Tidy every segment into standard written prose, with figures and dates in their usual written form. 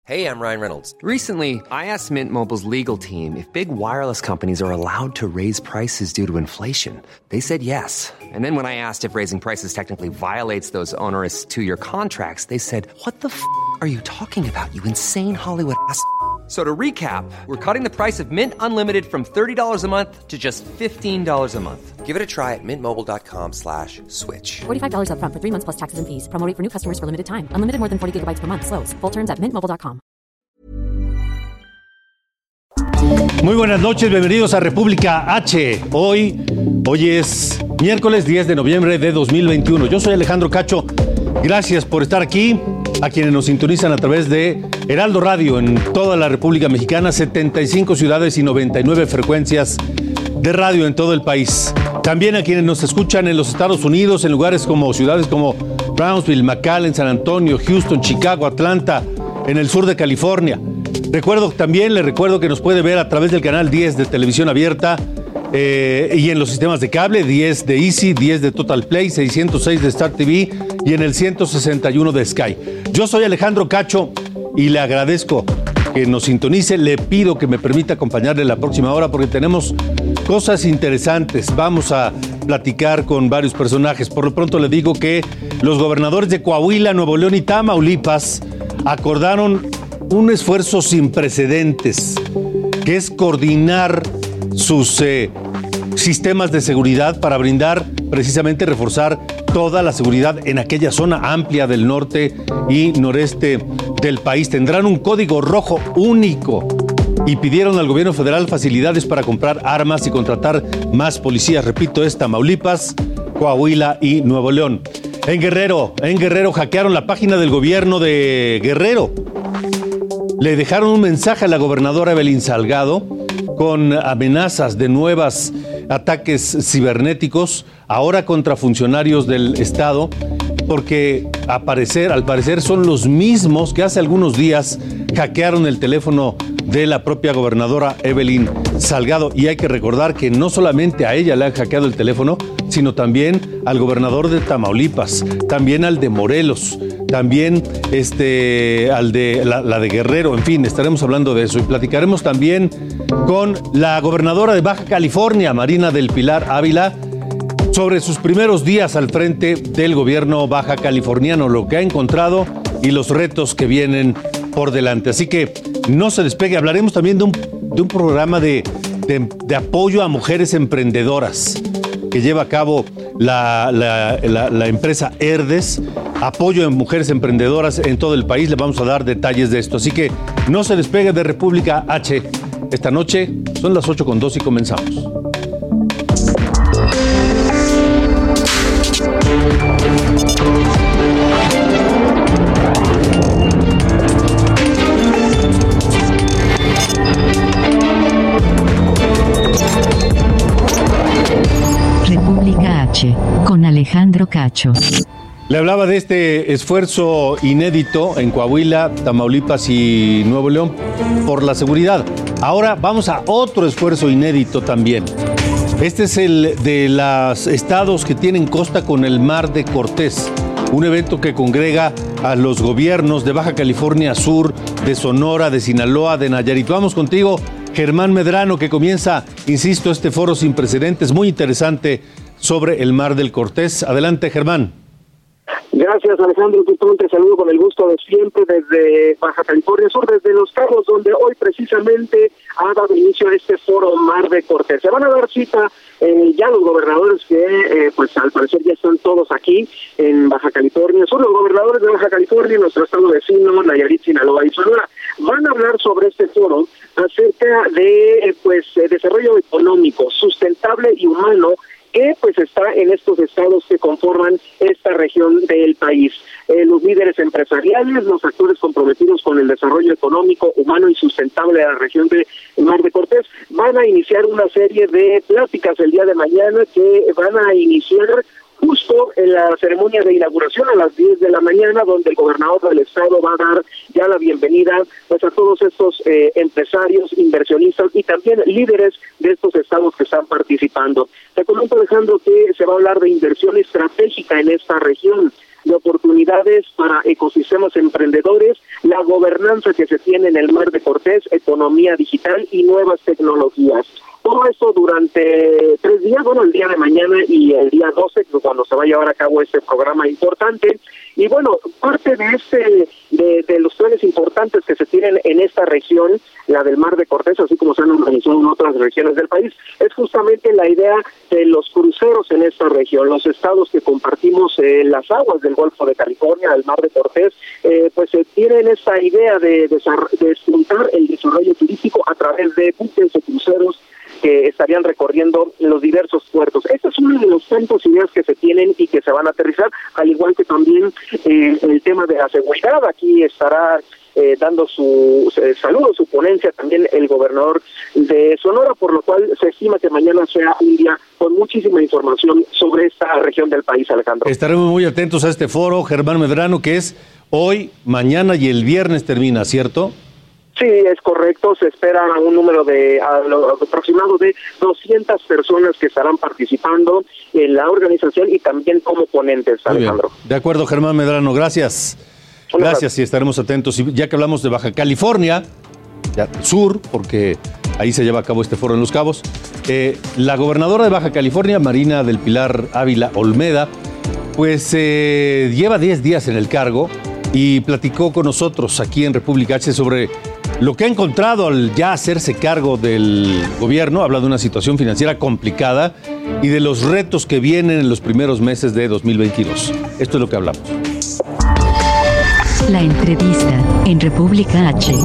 Hey, I'm Ryan Reynolds. Recently, I asked Mint Mobile's legal team if big wireless companies are allowed to raise prices due to inflation. They said yes. And then when I asked if raising prices technically violates those onerous two-year contracts, they said, "What the f*** are you talking about, you insane Hollywood ass?" So to recap, we're cutting the price of Mint Unlimited from $30 a month to just $15 a month. Give it a try at mintmobile.com/switch. $45 up front for 3 months plus taxes and fees. Promo rate for new customers for limited time. Unlimited more than 40 gigabytes per month. Slows full terms at mintmobile.com. Muy buenas noches, bienvenidos a República H. Hoy es miércoles 10 de noviembre de 2021. Yo soy Alejandro Cacho. Gracias por estar aquí. A quienes nos sintonizan a través de Heraldo Radio en toda la República Mexicana, 75 ciudades y 99 frecuencias de radio en todo el país. También a quienes nos escuchan en los Estados Unidos, en lugares como ciudades como Brownsville, McAllen, San Antonio, Houston, Chicago, Atlanta, en el sur de California. Le recuerdo que nos puede ver a través del canal 10 de Televisión Abierta y en los sistemas de cable, 10 de Easy, 10 de Total Play, 606 de Star TV y en el 161 de Sky. Yo soy Alejandro Cacho y le agradezco que nos sintonice. Le pido que me permita acompañarle la próxima hora porque tenemos cosas interesantes. Vamos a platicar con varios personajes. Por lo pronto le digo que los gobernadores de Coahuila, Nuevo León y Tamaulipas acordaron un esfuerzo sin precedentes, que es coordinar sus sistemas de seguridad para brindar, precisamente reforzar toda la seguridad en aquella zona amplia del norte y noreste del país. Tendrán un código rojo único y pidieron al gobierno federal facilidades para comprar armas y contratar más policías. Repito, es Tamaulipas, Coahuila y Nuevo León. En Guerrero hackearon la página del gobierno de Guerrero. Le dejaron un mensaje a la gobernadora Evelyn Salgado con amenazas de nuevos ataques cibernéticos, ahora contra funcionarios del Estado, porque al parecer son los mismos que hace algunos días hackearon el teléfono de la propia gobernadora Evelyn Salgado. Y hay que recordar que no solamente a ella le han hackeado el teléfono, sino también al gobernador de Tamaulipas, también al de Morelos, también al de la de Guerrero. En fin, estaremos hablando de eso y platicaremos también con la gobernadora de Baja California, Marina del Pilar Ávila, sobre sus primeros días al frente del gobierno baja californiano, lo que ha encontrado y los retos que vienen por delante. Así que no se despegue. Hablaremos también de un programa de apoyo a mujeres emprendedoras que lleva a cabo la empresa Herdes, apoyo a mujeres emprendedoras en todo el país. Le vamos a dar detalles de esto. Así que no se despegue de República H. Esta noche son las 8:02 y comenzamos. República H, con Alejandro Cacho. Le hablaba de este esfuerzo inédito en Coahuila, Tamaulipas y Nuevo León por la seguridad. Ahora vamos a otro esfuerzo inédito también. Este es el de los estados que tienen costa con el Mar de Cortés, un evento que congrega a los gobiernos de Baja California Sur, de Sonora, de Sinaloa, de Nayarit. Vamos contigo, Germán Medrano, que comienza, insisto, este foro sin precedentes, muy interesante, sobre el Mar del Cortés. Adelante, Germán. Gracias, Alejandro. Te saludo con el gusto de siempre desde Baja California Sur, desde Los Cabos, donde hoy precisamente ha dado inicio a este foro Mar de Cortés. Se van a dar cita ya los gobernadores que, pues al parecer ya están todos aquí en Baja California Sur. Los gobernadores de Baja California, nuestro estado vecino, Nayarit, Sinaloa y Sonora, van a hablar sobre este foro acerca de, desarrollo económico, sustentable y humano, que pues está en estos estados que conforman esta región del país. Los líderes empresariales, los actores comprometidos con el desarrollo económico, humano y sustentable de la región de Mar de Cortés van a iniciar una serie de pláticas el día de mañana que van a iniciar justo en la ceremonia de inauguración a las 10 de la mañana, donde el gobernador del estado va a dar ya la bienvenida pues a todos estos empresarios, inversionistas y también líderes de estos estados que están participando. Te comento, Alejandro, que se va a hablar de inversión estratégica en esta región. de oportunidades para ecosistemas emprendedores, la gobernanza que se tiene en el Mar de Cortés, economía digital y nuevas tecnologías. Todo esto durante 3 días, el día de mañana y el día 12, cuando se va a llevar a cabo este programa importante. Y parte de los planes importantes que se tienen en esta región, la del Mar de Cortés, así como se han organizado en otras regiones del país, es justamente la idea de los cruceros en esta región. Los estados que compartimos las aguas del Golfo de California, del Mar de Cortés, tienen esta idea de despuntar el desarrollo turístico a través de buques de cruceros que estarían recorriendo los diversos puertos. Esta es una de las tantas ideas que se tienen y que se van a aterrizar, al igual que también el tema de la seguridad. Aquí estará dando su saludo, su ponencia también el gobernador de Sonora, por lo cual se estima que mañana sea un día con muchísima información sobre esta región del país, Alejandro. Estaremos muy atentos a este foro, Germán Medrano, que es hoy, mañana y el viernes termina, ¿cierto? Sí, es correcto. Se espera un número aproximado de 200 personas que estarán participando en la organización y también como ponentes, Alejandro. De acuerdo, Germán Medrano, gracias. Gracias y estaremos atentos. Y ya que hablamos de Baja California, sur, porque ahí se lleva a cabo este foro en Los Cabos, la gobernadora de Baja California, Marina del Pilar Ávila Olmeda, pues lleva 10 días en el cargo y platicó con nosotros aquí en República H sobre lo que ha encontrado al ya hacerse cargo del gobierno. Habla de una situación financiera complicada y de los retos que vienen en los primeros meses de 2022. Esto es lo que hablamos. La entrevista en República H.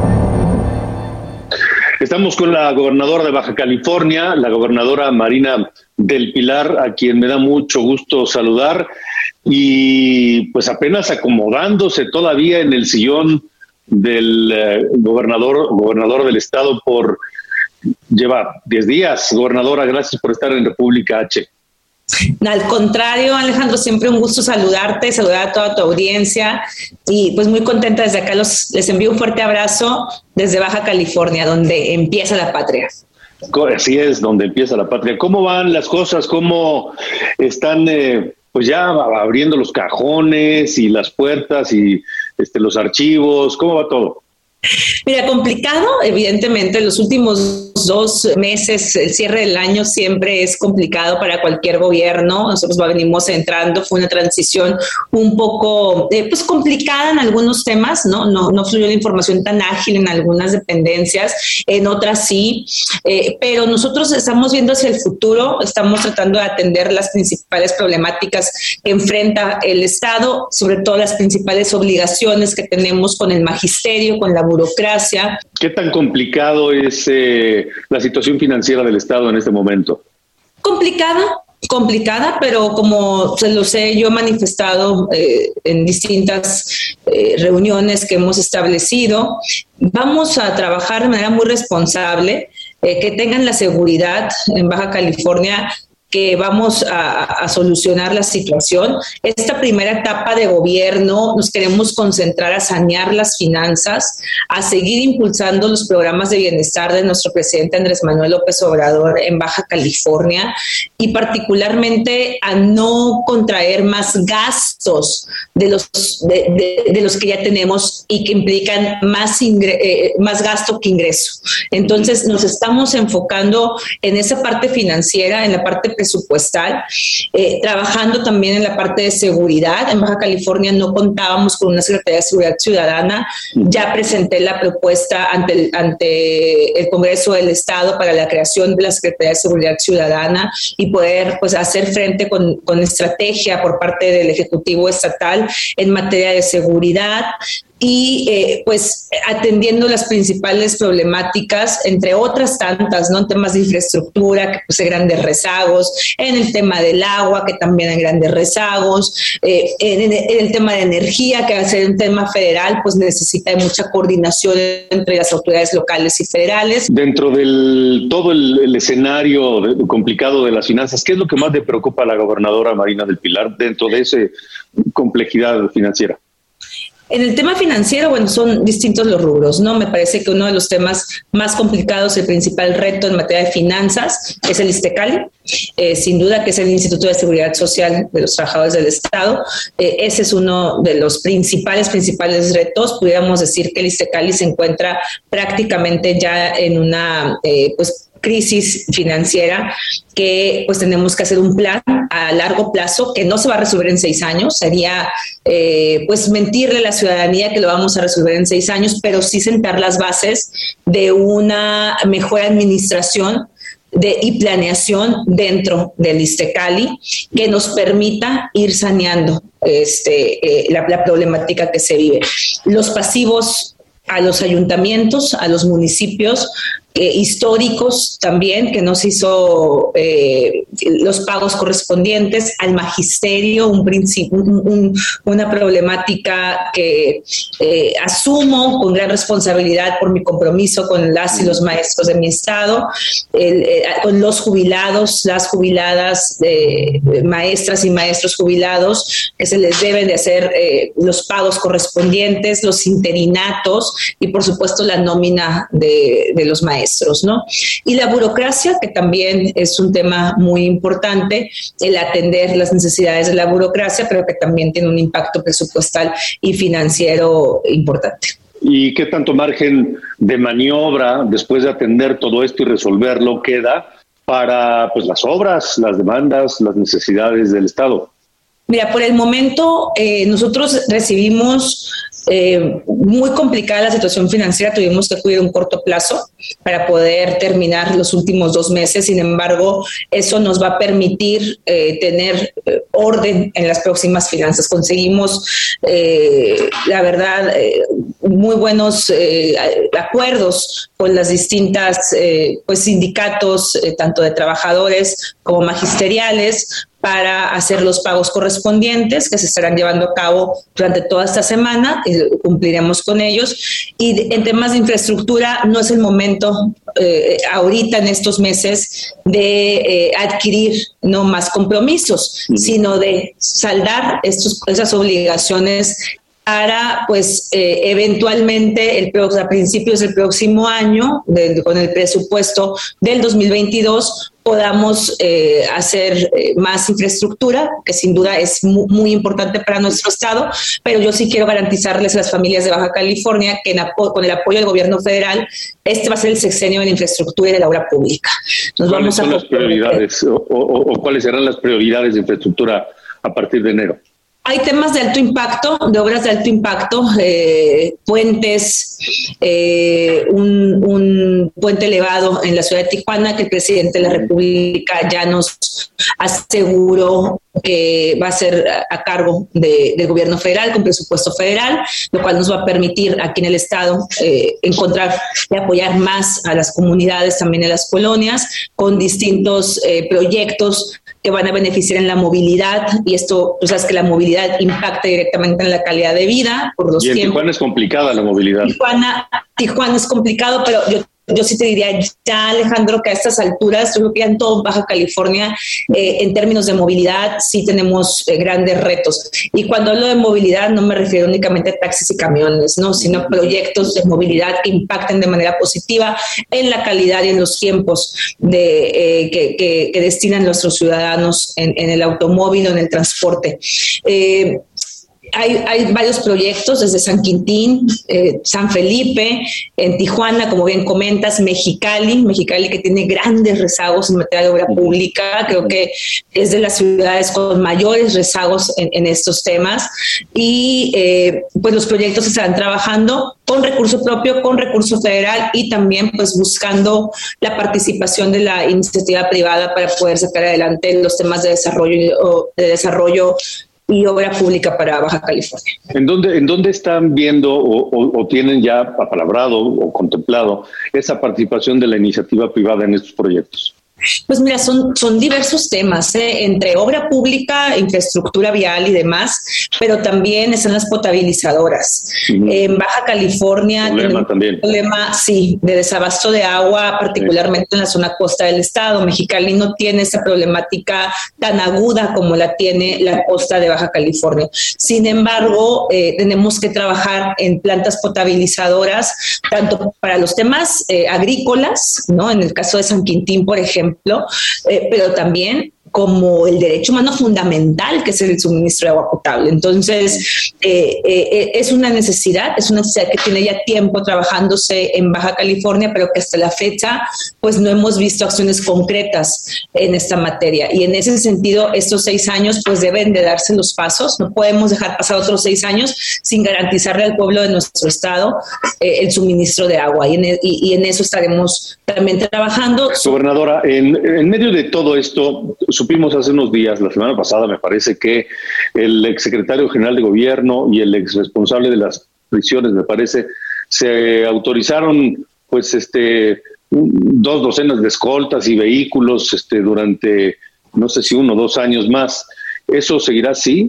Estamos con la gobernadora de Baja California, la gobernadora Marina del Pilar, a quien me da mucho gusto saludar, y pues apenas acomodándose todavía en el sillón del gobernador del estado lleva 10 días. Gobernadora, gracias por estar en República H. Al contrario, Alejandro, siempre un gusto saludarte, saludar a toda tu audiencia y pues muy contenta desde acá. Les envío un fuerte abrazo desde Baja California, donde empieza la patria. Así es, donde empieza la patria. ¿Cómo van las cosas? ¿Cómo están pues ya abriendo los cajones y las puertas y los archivos? ¿Cómo va todo? Mira, complicado, evidentemente, los últimos 2 meses, el cierre del año siempre es complicado para cualquier gobierno. Nosotros venimos entrando, fue una transición un poco pues complicada en algunos temas, no fluyó la información tan ágil en algunas dependencias, en otras sí, pero nosotros estamos viendo hacia el futuro, estamos tratando de atender las principales problemáticas que enfrenta el Estado, sobre todo las principales obligaciones que tenemos con el magisterio, con la burocracia. ¿Qué tan complicado es la situación financiera del Estado en este momento? Complicada, pero como se los he yo manifestado en distintas reuniones que hemos establecido, vamos a trabajar de manera muy responsable, que tengan la seguridad en Baja California que vamos a solucionar la situación. Esta primera etapa de gobierno nos queremos concentrar a sanear las finanzas, a seguir impulsando los programas de bienestar de nuestro presidente Andrés Manuel López Obrador en Baja California y particularmente a no contraer más gastos de los que ya tenemos y que implican más gasto que ingreso. Entonces nos estamos enfocando en esa parte financiera, en la parte presupuestal, trabajando también en la parte de seguridad. En Baja California no contábamos con una Secretaría de Seguridad Ciudadana. Ya presenté la propuesta ante el Congreso del Estado para la creación de la Secretaría de Seguridad Ciudadana y poder pues hacer frente con estrategia por parte del Ejecutivo Estatal en materia de seguridad. Y pues atendiendo las principales problemáticas, entre otras tantas, ¿no? En temas de infraestructura, que pues hay grandes rezagos, en el tema del agua, que también hay grandes rezagos, en el tema de energía, que al ser un tema federal, pues necesita de mucha coordinación entre las autoridades locales y federales. Dentro del todo el escenario complicado de las finanzas, ¿qué es lo que más le preocupa a la gobernadora Marina del Pilar dentro de esa complejidad financiera? En el tema financiero, bueno, son distintos los rubros, ¿no? Me parece que uno de los temas más complicados, el principal reto en materia de finanzas, es el ISSSTECALI. Sin duda que es el Instituto de Seguridad Social de los Trabajadores del Estado. Ese es uno de los principales retos. Pudiéramos decir que el ISSSTECALI se encuentra prácticamente ya en una, crisis financiera que pues tenemos que hacer un plan a largo plazo que no se va a resolver en 6 años. Sería mentirle a la ciudadanía que lo vamos a resolver en 6 años, pero sí sentar las bases de una mejor administración y planeación dentro del ISSSTECALI que nos permita ir saneando la problemática que se vive. Los pasivos a los ayuntamientos, a los municipios históricos también, que no se hizo los pagos correspondientes, al magisterio, una problemática que asumo con gran responsabilidad por mi compromiso con las y los maestros de mi estado, con los jubilados, las jubiladas, maestras y maestros jubilados, que se les deben de hacer los pagos correspondientes, los interinatos y por supuesto la nómina de los maestros, ¿no? Y la burocracia, que también es un tema muy importante, el atender las necesidades de la burocracia, pero que también tiene un impacto presupuestal y financiero importante. ¿Y qué tanto margen de maniobra después de atender todo esto y resolverlo queda para las obras, las demandas, las necesidades del Estado? Mira, por el momento nosotros recibimos muy complicada la situación financiera, tuvimos que acudir a un corto plazo para poder terminar los últimos 2 meses. Sin embargo, eso nos va a permitir tener orden en las próximas finanzas. Conseguimos, la verdad, muy buenos acuerdos con las distintas sindicatos, tanto de trabajadores como magisteriales, para hacer los pagos correspondientes que se estarán llevando a cabo durante toda esta semana y cumpliremos con ellos. Y en temas de infraestructura no es el momento ahorita en estos meses de adquirir no más compromisos, sino de saldar esas obligaciones para eventualmente a principios del próximo año, con el presupuesto del 2022, podamos hacer más infraestructura, que sin duda es muy importante para nuestro estado, pero yo sí quiero garantizarles a las familias de Baja California que con el apoyo del gobierno federal, este va a ser el sexenio de la infraestructura y de la obra pública. ¿Cuáles son las prioridades o cuáles serán las prioridades de infraestructura a partir de enero? Hay temas de alto impacto, de obras de alto impacto, puentes, un puente elevado en la ciudad de Tijuana que el presidente de la República ya nos aseguró que va a ser a cargo del gobierno federal con presupuesto federal, lo cual nos va a permitir aquí en el estado encontrar y apoyar más a las comunidades, también en las colonias, con distintos proyectos que van a beneficiar en la movilidad, y esto, tú sabes que la movilidad impacta directamente en la calidad de vida por los tiempos. Y en Tijuana es complicada la movilidad. Tijuana es complicado, pero yo sí te diría ya, Alejandro, que a estas alturas, yo creo que ya en todo Baja California, en términos de movilidad, sí tenemos grandes retos. Y cuando hablo de movilidad, no me refiero únicamente a taxis y camiones, ¿no? Sino proyectos de movilidad que impacten de manera positiva en la calidad y en los tiempos que destinan nuestros ciudadanos en el automóvil o en el transporte. Hay varios proyectos desde San Quintín, San Felipe, en Tijuana, como bien comentas, Mexicali que tiene grandes rezagos en materia de obra pública. Creo que es de las ciudades con mayores rezagos en estos temas. Y los proyectos se están trabajando con recurso propio, con recurso federal y también buscando la participación de la iniciativa privada para poder sacar adelante los temas de desarrollo y obra pública para Baja California. ¿En dónde están viendo o tienen ya apalabrado o contemplado esa participación de la iniciativa privada en estos proyectos? Pues mira, son diversos temas, entre obra pública, infraestructura vial y demás, pero también están las potabilizadoras. En Baja California tenemos un problema, sí, de desabasto de agua, particularmente en la zona costa del estado. Mexicali no tiene esa problemática tan aguda como la tiene la costa de Baja California. Sin embargo, tenemos que trabajar en plantas potabilizadoras, tanto para los temas agrícolas, ¿no? En el caso de San Quintín, por ejemplo, pero también como el derecho humano fundamental, que es el suministro de agua potable. Entonces, es una necesidad que tiene ya tiempo trabajándose en Baja California, pero que hasta la fecha, pues no hemos visto acciones concretas en esta materia. Y en ese sentido, estos 6 años, pues deben de darse los pasos. No podemos dejar pasar otros 6 años sin garantizarle al pueblo de nuestro estado el suministro de agua. Y en eso estaremos también trabajando. Gobernadora, en medio de todo esto, supimos hace unos días, la semana pasada me parece, que el exsecretario general de gobierno y el exresponsable de las prisiones, me parece, se autorizaron pues 2 docenas de escoltas y vehículos durante no sé si 1 o 2 años más. ¿Eso seguirá así?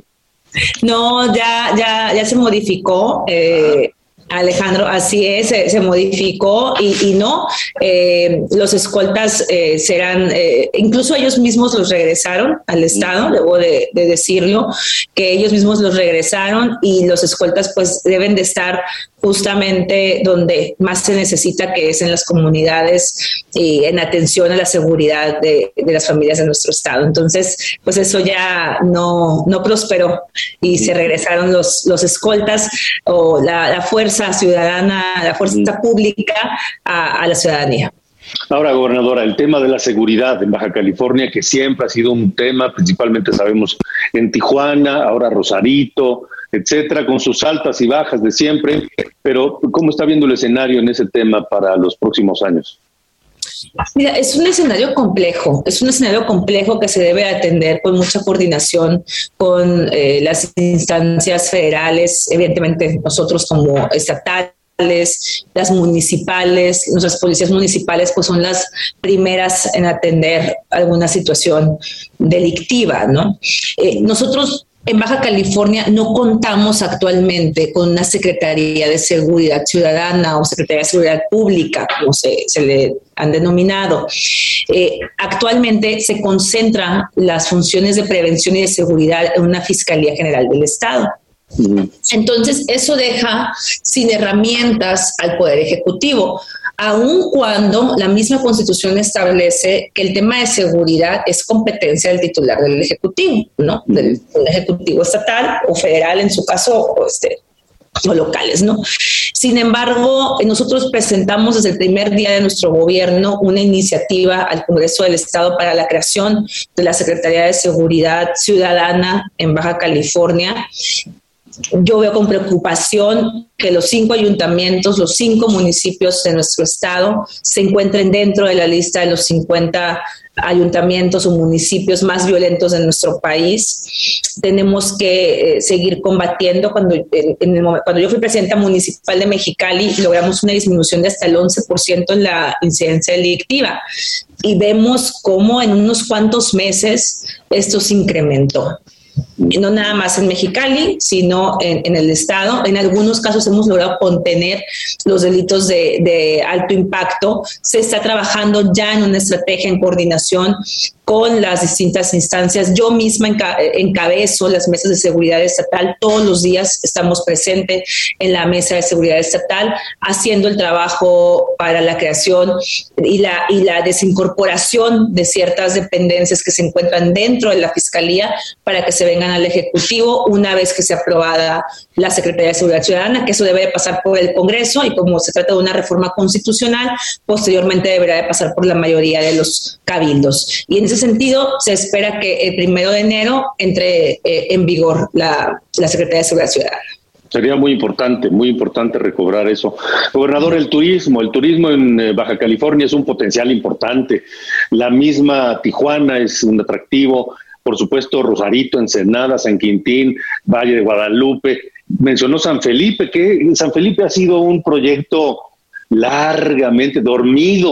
No, ya se modificó. Alejandro, así es, se modificó y no, los escoltas serán, incluso ellos mismos los regresaron al Estado, debo de decirlo, que ellos mismos los regresaron y los escoltas pues deben de estar justamente donde más se necesita, que es en las comunidades y en atención a la seguridad de las familias de nuestro estado. Entonces, pues eso ya no prosperó y se regresaron los escoltas o la fuerza ciudadana, la fuerza pública a la ciudadanía. Ahora, gobernadora, el tema de la seguridad en Baja California, que siempre ha sido un tema, principalmente sabemos en Tijuana, ahora Rosarito, etcétera, con sus altas y bajas de siempre, pero ¿cómo está viendo el escenario en ese tema para los próximos años? Mira, es un escenario complejo que se debe atender con mucha coordinación con las instancias federales, evidentemente nosotros como estatales, las municipales, nuestras policías municipales pues son las primeras en atender alguna situación delictiva, ¿no? Nosotros en Baja California no contamos actualmente con una Secretaría de Seguridad Ciudadana o Secretaría de Seguridad Pública, como se le han denominado. Actualmente se concentran las funciones de prevención y de seguridad en una Fiscalía General del Estado. Entonces, eso deja sin herramientas al Poder Ejecutivo, aun cuando la misma Constitución establece que el tema de seguridad es competencia del titular del Ejecutivo, ¿no? Del Ejecutivo estatal o federal en su caso, o locales, ¿no? Sin embargo, nosotros presentamos desde el primer día de nuestro gobierno una iniciativa al Congreso del Estado para la creación de la Secretaría de Seguridad Ciudadana en Baja California. Yo veo con preocupación que los 5 ayuntamientos, los 5 municipios de nuestro estado se encuentren dentro de la lista de los 50 ayuntamientos o municipios más violentos de nuestro país. Tenemos que seguir combatiendo. Cuando yo fui presidenta municipal de Mexicali, logramos una disminución de hasta el 11% en la incidencia delictiva y vemos cómo en unos cuantos meses esto se incrementó. Y no nada más en Mexicali, sino en el estado. En algunos casos hemos logrado contener los delitos de alto impacto. Se está trabajando ya en una estrategia en coordinación con las distintas instancias. Yo misma encabezo las mesas de seguridad estatal. Todos los días estamos presentes en la mesa de seguridad estatal, haciendo el trabajo para la creación y la desincorporación de ciertas dependencias que se encuentran dentro de la Fiscalía para que se vengan al Ejecutivo una vez que sea aprobada la Secretaría de Seguridad Ciudadana, que eso debe de pasar por el Congreso y como se trata de una reforma constitucional, posteriormente deberá de pasar por la mayoría de los cabildos. Y en ese sentido, se espera que el 1 de enero entre en vigor la Secretaría de Seguridad Ciudadana. Sería muy importante recobrar eso. Gobernador, el turismo en Baja California es un potencial importante. La misma Tijuana es un atractivo. Por supuesto, Rosarito, Ensenada, San Quintín, Valle de Guadalupe. Mencionó San Felipe, que San Felipe ha sido un proyecto largamente dormido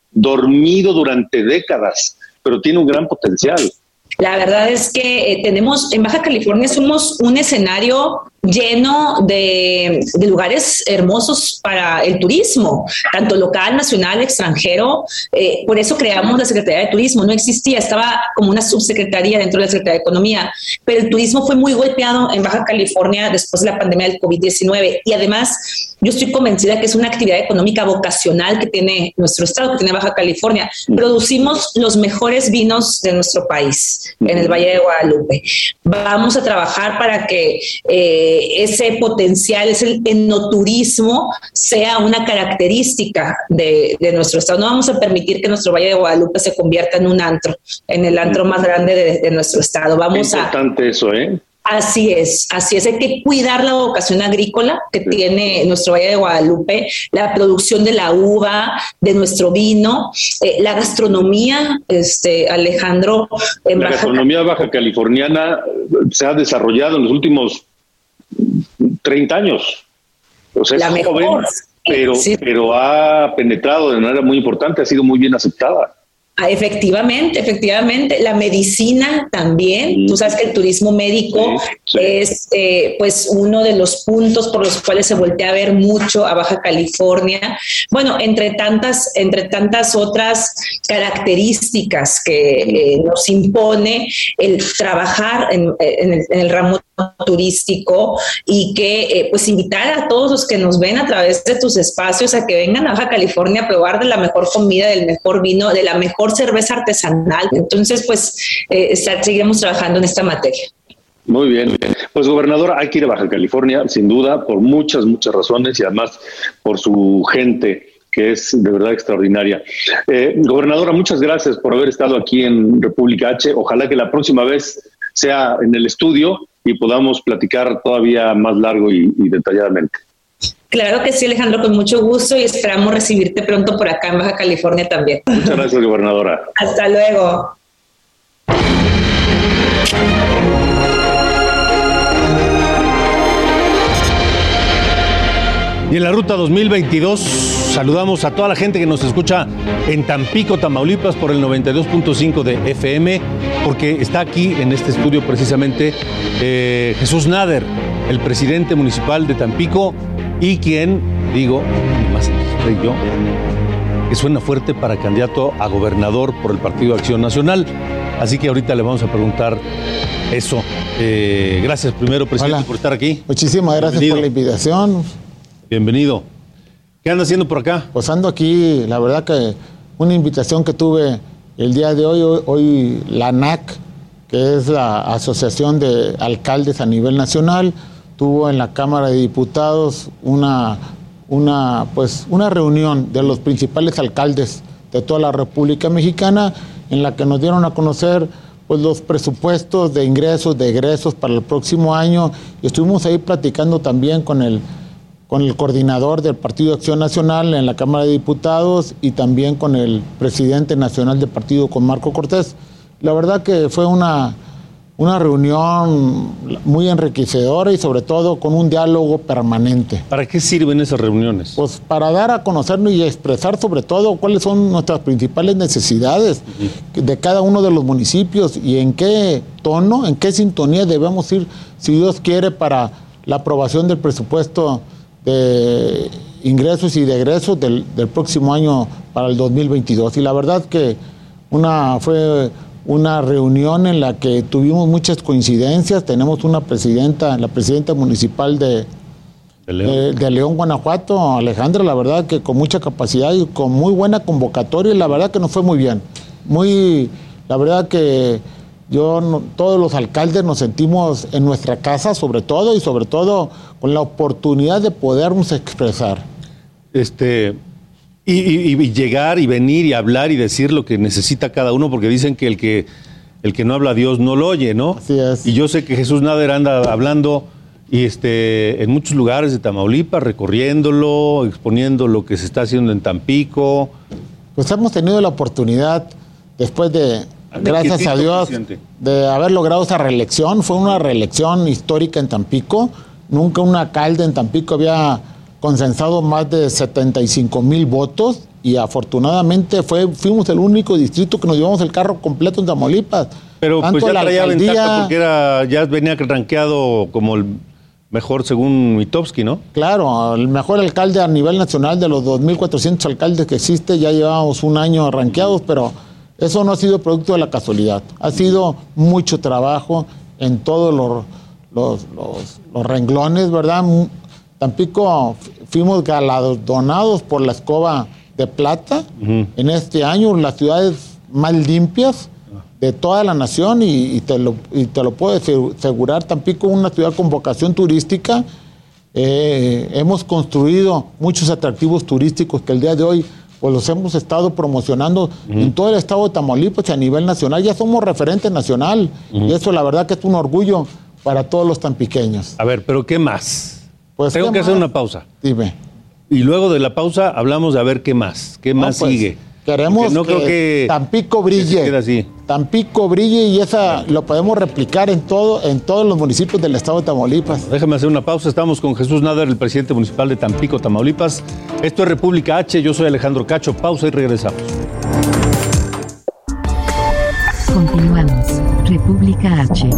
dormido durante décadas, pero tiene un gran potencial. La verdad es que tenemos, en Baja California somos un escenario lleno de lugares hermosos para el turismo, tanto local, nacional, extranjero. Por eso creamos la Secretaría de Turismo. No existía, estaba como una subsecretaría dentro de la Secretaría de Economía, pero el turismo fue muy golpeado en Baja California después de la pandemia del COVID-19 y además yo estoy convencida que es una actividad económica vocacional que tiene nuestro estado, que tiene Baja California. Producimos los mejores vinos de nuestro país en el Valle de Guadalupe. Vamos a trabajar para que ese potencial, ese enoturismo sea una característica de nuestro estado. No vamos a permitir que nuestro Valle de Guadalupe se convierta en un antro, en el antro más grande de nuestro estado. Es importante eso, ¿eh? Así es. Hay que cuidar la vocación agrícola que tiene nuestro Valle de Guadalupe, la producción de la uva, de nuestro vino, la gastronomía, Alejandro. La gastronomía baja californiana se ha desarrollado en los últimos 30 años. O sea, es joven, pero ha penetrado de manera muy importante, ha sido muy bien aceptada. Efectivamente. La medicina también. Tú sabes que el turismo médico es pues uno de los puntos por los cuales se voltea a ver mucho a Baja California. Bueno, entre tantas otras características que nos impone el trabajar en el ramo turístico y que pues invitar a todos los que nos ven a través de tus espacios a que vengan a Baja California a probar de la mejor comida, del mejor vino, de la mejor cerveza artesanal. Entonces, pues seguiremos trabajando en esta materia. Muy bien. Pues, gobernadora, hay que ir a Baja California, sin duda, por muchas razones y además por su gente, que es de verdad extraordinaria. Gobernadora, muchas gracias por haber estado aquí en República H. Ojalá que la próxima vez sea en el estudio y podamos platicar todavía más largo y detalladamente. Claro que sí, Alejandro, con mucho gusto y esperamos recibirte pronto por acá en Baja California también. Muchas gracias, gobernadora. Hasta luego. Y en la ruta 2022 saludamos a toda la gente que nos escucha en Tampico, Tamaulipas, por el 92.5 de FM, porque está aquí en este estudio precisamente Jesús Nader, el presidente municipal de Tampico, y quien, digo, más yo, que suena fuerte para candidato a gobernador por el Partido Acción Nacional. Así que ahorita le vamos a preguntar eso. Gracias primero, presidente, Hola. por estar aquí. Muchísimas gracias por la invitación. Bienvenido. ¿Qué anda haciendo por acá? Pues ando aquí, la verdad que una invitación que tuve el día de hoy la ANAC, que es la Asociación de Alcaldes a nivel nacional, tuvo en la Cámara de Diputados una reunión de los principales alcaldes de toda la República Mexicana, en la que nos dieron a conocer pues los presupuestos de ingresos, de egresos para el próximo año, y estuvimos ahí platicando también con el coordinador del Partido Acción Nacional en la Cámara de Diputados y también con el presidente nacional del partido, con Marco Cortés. La verdad que fue una reunión muy enriquecedora y sobre todo con un diálogo permanente. ¿Para qué sirven esas reuniones? Pues para dar a conocernos y expresar sobre todo cuáles son nuestras principales necesidades de cada uno de los municipios y en qué tono, en qué sintonía debemos ir, si Dios quiere, para la aprobación del presupuesto de ingresos y de egresos del próximo año para el 2022. Y la verdad que fue una reunión en la que tuvimos muchas coincidencias. Tenemos la presidenta municipal de León, Guanajuato, Alejandra, la verdad que con mucha capacidad y con muy buena convocatoria, y la verdad que nos fue muy bien. La verdad que todos los alcaldes nos sentimos en nuestra casa, sobre todo con la oportunidad de podernos expresar. Y llegar y venir y hablar y decir lo que necesita cada uno, porque dicen que el que no habla a Dios no lo oye, ¿no? Así es. Y yo sé que Jesús Nader anda hablando y en muchos lugares de Tamaulipas, recorriéndolo, exponiendo lo que se está haciendo en Tampico. Pues hemos tenido la oportunidad, después gracias a Dios, de haber logrado esa reelección. Fue una reelección histórica en Tampico. Nunca un alcalde en Tampico había consensado más de 75,000 votos. y afortunadamente fuimos el único distrito que nos llevamos el carro completo en Tamaulipas. Pero Tanto pues ya la traía alcaldía, ventaja porque ya venía rankeado como el mejor según Mitofsky, ¿no? Claro, el mejor alcalde a nivel nacional de los 2.400 alcaldes que existe, ya llevamos un año rankeados, pero eso no ha sido producto de la casualidad. Ha sido mucho trabajo en todos los renglones, ¿verdad? Tampico fuimos galardonados por la escoba de plata en este año, las ciudades más limpias de toda la nación, y te lo puedo asegurar, Tampico es una ciudad con vocación turística. Hemos construido muchos atractivos turísticos que el día de hoy pues los hemos estado promocionando en todo el estado de Tamaulipas y a nivel nacional. Ya somos referente nacional y eso la verdad que es un orgullo para todos los tampiqueños. A ver, pero ¿qué más? Pues, tengo que hacer una pausa. Dime. Y luego de la pausa hablamos de a ver qué más Pues, sigue. Queremos creo que Tampico brille. que se quede así. Tampico brille y esa lo podemos replicar en todos los municipios del estado de Tamaulipas. Déjame hacer una pausa. Estamos con Jesús Nader, el presidente municipal de Tampico, Tamaulipas. Esto es República H. Yo soy Alejandro Cacho. Pausa y regresamos. Continuamos. República H.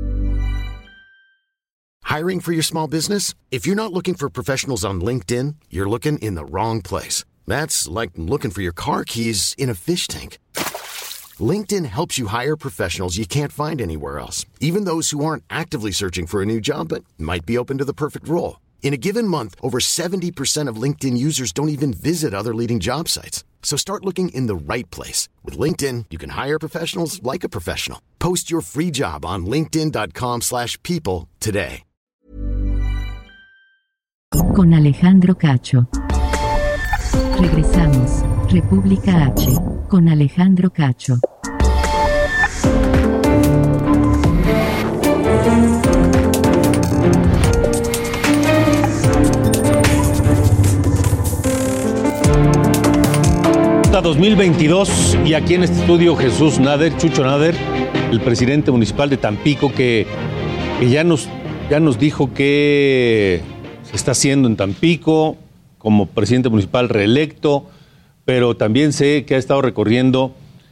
Hiring for your small business? If you're not looking for professionals on LinkedIn, you're looking in the wrong place. That's like looking for your car keys in a fish tank. LinkedIn helps you hire professionals you can't find anywhere else, even those who aren't actively searching for a new job but might be open to the perfect role. In a given month, over 70% of LinkedIn users don't even visit other leading job sites. So start looking in the right place. With LinkedIn, you can hire professionals like a professional. Post your free job on linkedin.com/people today. Con Alejandro Cacho. Regresamos. República H. Con Alejandro Cacho. Hasta 2022 y aquí en este estudio Jesús Nader, Chucho Nader, el presidente municipal de Tampico, que ya nos dijo que se está haciendo en Tampico como presidente municipal reelecto, pero también sé que ha estado recorriendo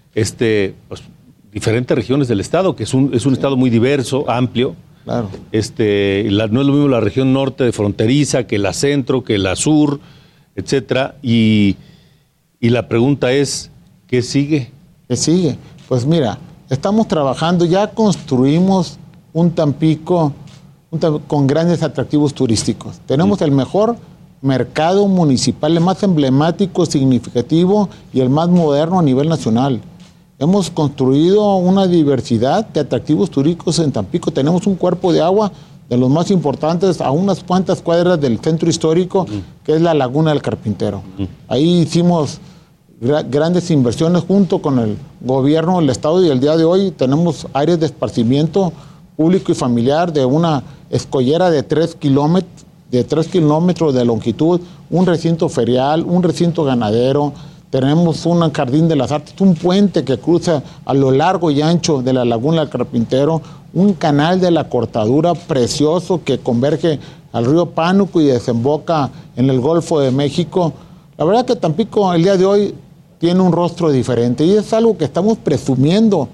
pues, diferentes regiones del estado, que es un estado muy diverso, amplio. Claro. No es lo mismo la región norte de fronteriza que la centro, que la sur, etcétera. Y la pregunta es, ¿qué sigue? ¿Qué sigue? Pues mira, estamos trabajando, ya construimos un Tampico con grandes atractivos turísticos. Tenemos el mejor mercado municipal, el más emblemático, significativo y el más moderno a nivel nacional. Hemos construido una diversidad de atractivos turísticos en Tampico. Tenemos un cuerpo de agua de los más importantes a unas cuantas cuadras del centro histórico, que es la Laguna del Carpintero. Ahí hicimos grandes inversiones junto con el gobierno del estado y el día de hoy tenemos áreas de esparcimiento público y familiar de una escollera de 3 kilómetros de longitud, un recinto ferial, un recinto ganadero, tenemos un jardín de las artes, un puente que cruza a lo largo y ancho de la Laguna del Carpintero, un canal de la Cortadura precioso que converge al río Pánuco y desemboca en el Golfo de México. La verdad que Tampico el día de hoy tiene un rostro diferente y es algo que estamos presumiendo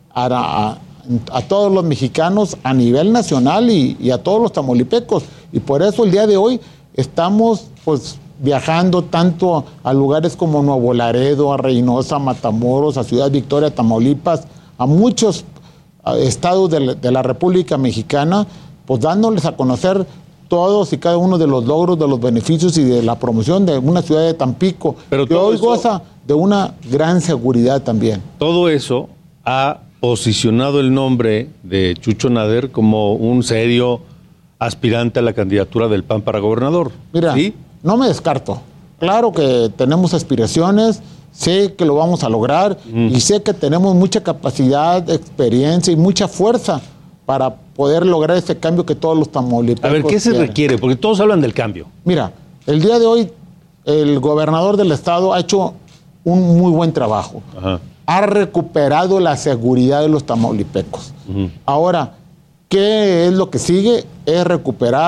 a todos los mexicanos a nivel nacional y a todos los tamaulipecos. Y por eso el día de hoy estamos pues viajando tanto a lugares como Nuevo Laredo, a Reynosa, Matamoros, a Ciudad Victoria, Tamaulipas, a muchos estados de la República Mexicana, pues dándoles a conocer todos y cada uno de los logros, de los beneficios y de la promoción de una ciudad de Tampico, pero que hoy goza de una gran seguridad también. Todo eso ha posicionado el nombre de Chucho Nader como un serio aspirante a la candidatura del PAN para gobernador. Mira, ¿sí? No me descarto. Claro que tenemos aspiraciones, sé que lo vamos a lograr y sé que tenemos mucha capacidad, experiencia y mucha fuerza para poder lograr ese cambio que todos los tamaulipecos A ver, ¿qué se requiere? Porque todos hablan del cambio. Mira, el día de hoy el gobernador del estado ha hecho un muy buen trabajo. Ajá. Ha recuperado la seguridad de los tamaulipecos. Ahora, ¿qué es lo que sigue? Es recuperar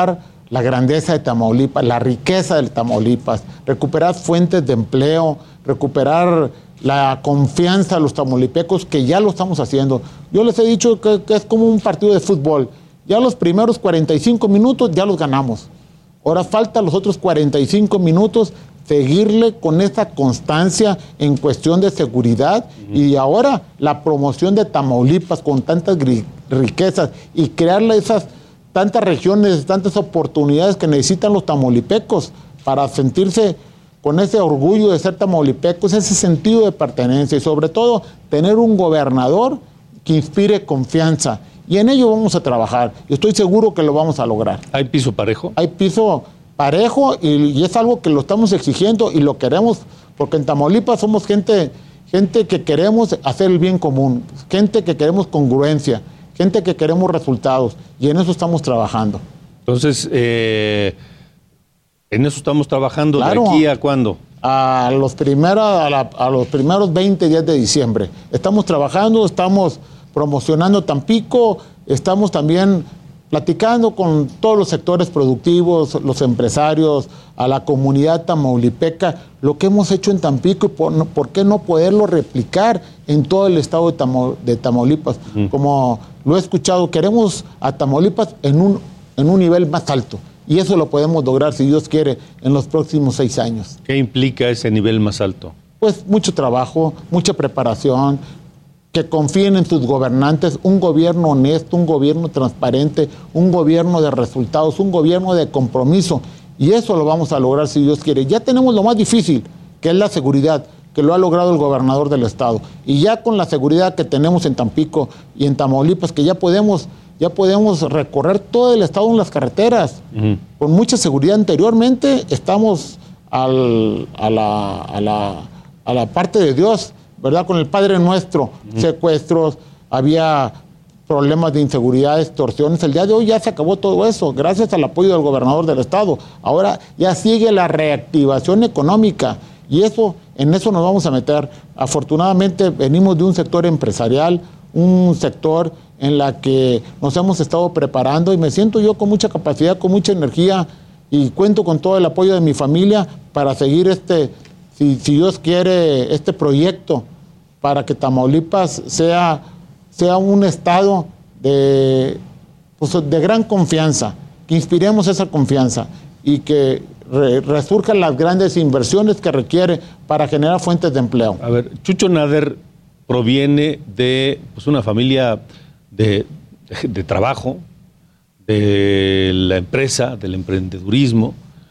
la grandeza de Tamaulipas, la riqueza de Tamaulipas, recuperar fuentes de empleo, recuperar la confianza de los tamaulipecos, que ya lo estamos haciendo. Yo les he dicho que es como un partido de fútbol. Ya los primeros 45 minutos ya los ganamos. Ahora falta los otros 45 minutos seguirle con esta constancia en cuestión de seguridad y ahora la promoción de Tamaulipas con tantas riquezas y crearle esas tantas regiones, tantas oportunidades que necesitan los tamaulipecos para sentirse con ese orgullo de ser tamaulipecos, ese sentido de pertenencia y sobre todo tener un gobernador que inspire confianza. Y en ello vamos a trabajar y estoy seguro que lo vamos a lograr. ¿Hay piso parejo? Hay piso parejo y es algo que lo estamos exigiendo y lo queremos, porque en Tamaulipas somos gente que queremos hacer el bien común, gente que queremos congruencia, gente que queremos resultados y en eso estamos trabajando. Entonces, en eso estamos trabajando. Claro. ¿De aquí a cuándo? A los primeros 20 días de diciembre. Estamos trabajando, estamos promocionando Tampico, estamos también platicando con todos los sectores productivos, los empresarios, a la comunidad tamaulipeca, lo que hemos hecho en Tampico y por qué no poderlo replicar en todo el estado de Tamaulipas. Como lo he escuchado, queremos a Tamaulipas en un nivel más alto y eso lo podemos lograr, si Dios quiere, en los próximos 6 años. ¿Qué implica ese nivel más alto? Pues mucho trabajo, mucha preparación, que confíen en sus gobernantes, un gobierno honesto, un gobierno transparente, un gobierno de resultados, un gobierno de compromiso. Y eso lo vamos a lograr si Dios quiere. Ya tenemos lo más difícil, que es la seguridad, que lo ha logrado el gobernador del estado. Y ya con la seguridad que tenemos en Tampico y en Tamaulipas, que ya podemos recorrer todo el estado en las carreteras, con mucha seguridad. Anteriormente estamos a la parte de Dios, ¿verdad? Con el Padre Nuestro, secuestros, había problemas de inseguridad, extorsiones. El día de hoy ya se acabó todo eso, gracias al apoyo del gobernador del estado. Ahora ya sigue la reactivación económica y en eso nos vamos a meter. Afortunadamente venimos de un sector empresarial, un sector en la que nos hemos estado preparando y me siento yo con mucha capacidad, con mucha energía y cuento con todo el apoyo de mi familia para seguir si Dios quiere, este proyecto para que Tamaulipas sea un estado de gran confianza, que inspiremos esa confianza y que resurjan las grandes inversiones que requiere para generar fuentes de empleo. A ver, Chucho Nader proviene de una familia de trabajo, de la empresa, del emprendedurismo,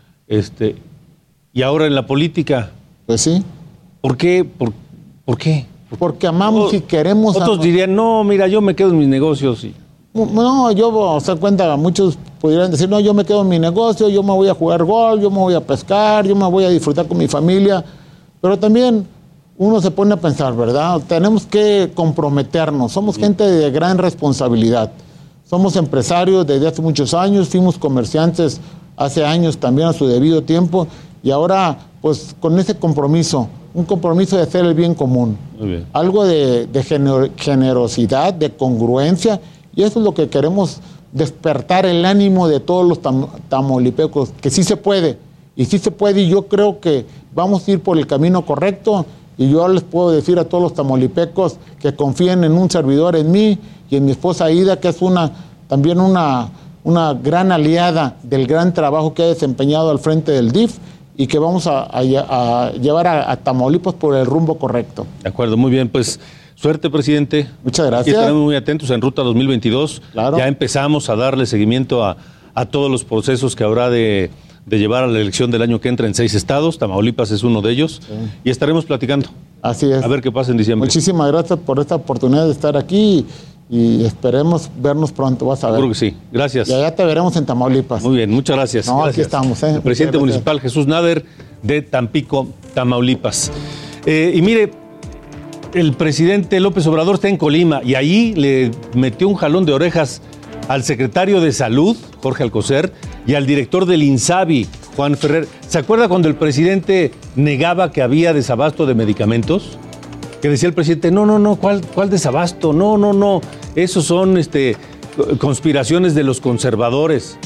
y ahora en la política. Pues sí. ¿Por qué? ¿Por qué? Porque amamos y queremos. Otros dirían, no, mira, yo me quedo en mis negocios. No, se cuenta, muchos pudieran decir, no, yo me quedo en mi negocio, yo me voy a jugar golf, yo me voy a pescar, yo me voy a disfrutar con mi familia. Pero también uno se pone a pensar, ¿verdad? Tenemos que comprometernos, somos gente de gran responsabilidad. Somos empresarios desde hace muchos años, fuimos comerciantes hace años también a su debido tiempo y ahora pues con ese compromiso, un compromiso de hacer el bien común. Muy bien. Algo de generosidad, de congruencia, y eso es lo que queremos, despertar el ánimo de todos los tamaulipecos, que sí se puede, y yo creo que vamos a ir por el camino correcto, y yo les puedo decir a todos los tamaulipecos que confíen en un servidor, en mí y en mi esposa Aida, que es también una gran aliada del gran trabajo que ha desempeñado al frente del DIF, y que vamos a llevar a Tamaulipas por el rumbo correcto. De acuerdo, muy bien, pues suerte, presidente. Muchas gracias. Aquí estaremos muy atentos en Ruta 2022. Claro. Ya empezamos a darle seguimiento a todos los procesos que habrá de llevar a la elección del año que entra en 6 estados. Tamaulipas es uno de ellos. Sí. Y estaremos platicando. Así es. A ver qué pasa en diciembre. Muchísimas gracias por esta oportunidad de estar aquí y esperemos vernos pronto, vas a ver. Seguro que sí, gracias. Y allá te veremos en Tamaulipas. Muy bien, muchas gracias. No, gracias. Aquí estamos. El presidente municipal Jesús Nader de Tampico, Tamaulipas. Y mire, el presidente López Obrador está en Colima y ahí le metió un jalón de orejas al secretario de Salud, Jorge Alcocer, y al director del INSABI, Juan Ferrer. ¿Se acuerda cuando el presidente negaba que había desabasto de medicamentos? Que decía el presidente, no, ¿cuál desabasto? No, esos son conspiraciones de los conservadores.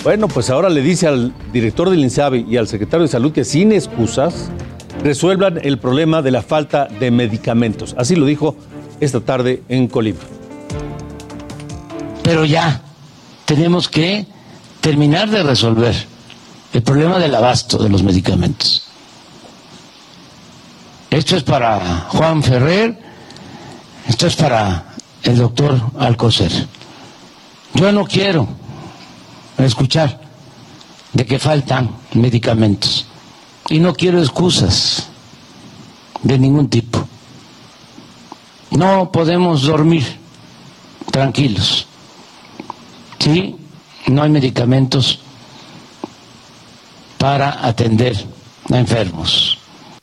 Bueno, pues ahora le dice al director del INSABI y al secretario de Salud que sin excusas resuelvan el problema de la falta de medicamentos. Así lo dijo esta tarde en Colima. Pero ya tenemos que terminar de resolver el problema del abasto de los medicamentos. Esto es para Juan Ferrer, esto es para el doctor Alcocer. Yo no quiero escuchar de que faltan medicamentos y no quiero excusas de ningún tipo. No podemos dormir tranquilos. Sí, no hay medicamentos para atender a enfermos.